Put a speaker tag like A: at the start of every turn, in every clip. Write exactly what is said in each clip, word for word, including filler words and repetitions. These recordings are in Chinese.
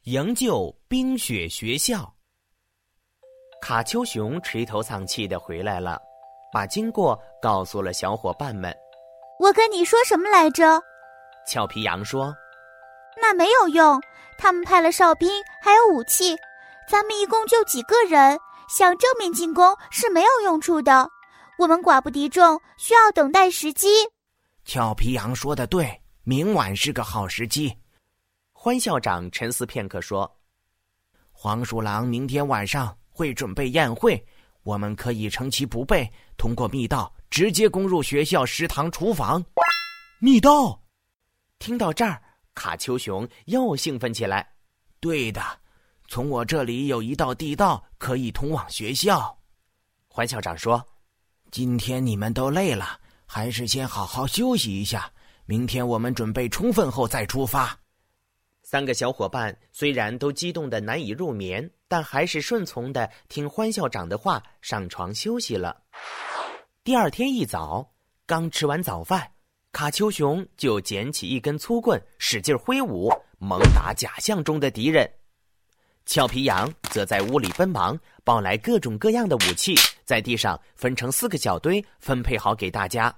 A: 营救冰雪学校。卡丘熊垂头丧气地回来了，把经过告诉了小伙伴们。
B: 我跟你说什么来着？
A: 俏皮羊说。
B: 那没有用，他们派了哨兵还有武器，咱们一共就几个人，想正面进攻是没有用处的。我们寡不敌众，需要等待时机。
C: 俏皮羊说的对，明晚是个好时机。
A: 欢校长沉思片刻说，
C: 黄鼠狼明天晚上会准备宴会，我们可以乘其不备，通过密道直接攻入学校食堂厨房。
A: 密道！听到这儿，卡丘熊又兴奋起来。
C: 对的，从我这里有一道地道可以通往学校。
A: 欢校长说，
C: 今天你们都累了，还是先好好休息一下，明天我们准备充分后再出发。
A: 三个小伙伴虽然都激动得难以入眠，但还是顺从地听欢校长的话，上床休息了。第二天一早，刚吃完早饭，卡丘熊就捡起一根粗棍，使劲挥舞，猛打假象中的敌人。俏皮羊则在屋里奔忙，抱来各种各样的武器，在地上分成四个小堆，分配好给大家。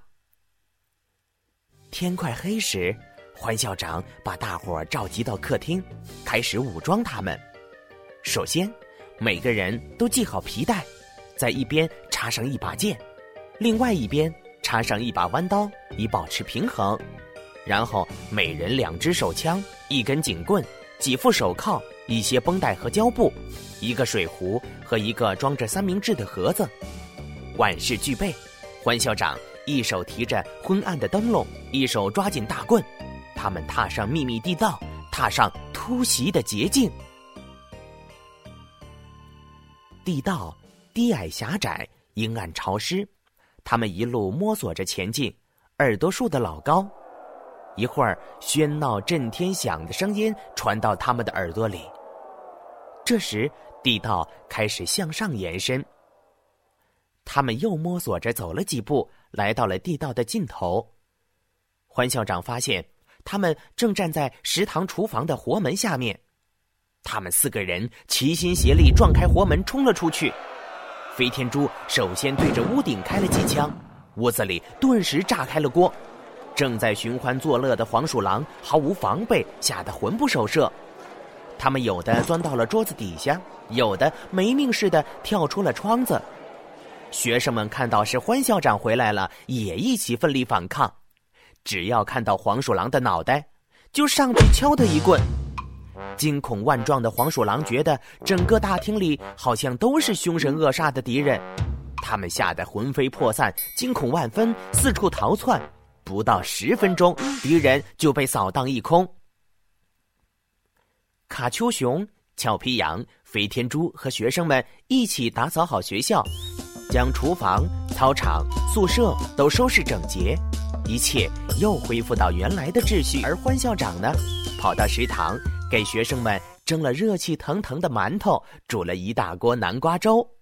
A: 天快黑时，欢校长把大伙儿召集到客厅，开始武装他们。首先，每个人都系好皮带，在一边插上一把剑，另外一边插上一把弯刀，以保持平衡。然后每人两支手枪，一根警棍，几副手铐，一些绷带和胶布，一个水壶和一个装着三明治的盒子。万事俱备，欢校长一手提着昏暗的灯笼，一手抓紧大棍。他们踏上秘密地道，踏上突袭的捷径。地道低矮狭窄，阴暗潮湿，他们一路摸索着前进，耳朵竖得老高。一会儿，喧闹震天响的声音传到他们的耳朵里。这时，地道开始向上延伸。他们又摸索着走了几步，来到了地道的尽头。欢校长发现他们正站在食堂厨房的活门下面，他们四个人齐心协力撞开活门，冲了出去。飞天猪首先对着屋顶开了几枪，屋子里顿时炸开了锅。正在寻欢作乐的黄鼠狼毫无防备，吓得魂不守舍。他们有的钻到了桌子底下，有的没命似的跳出了窗子。学生们看到是欢校长回来了，也一起奋力反抗。只要看到黄鼠狼的脑袋，就上去敲他一棍。惊恐万状的黄鼠狼觉得整个大厅里好像都是凶神恶煞的敌人，他们吓得魂飞魄散，惊恐万分，四处逃窜。不到十分钟，敌人就被扫荡一空。卡丘熊、俏皮羊、飞天猪和学生们一起打扫好学校，将厨房、操场、宿舍都收拾整洁，一切又恢复到原来的秩序。而欢校长呢，跑到食堂给学生们蒸了热气腾腾的馒头，煮了一大锅南瓜粥。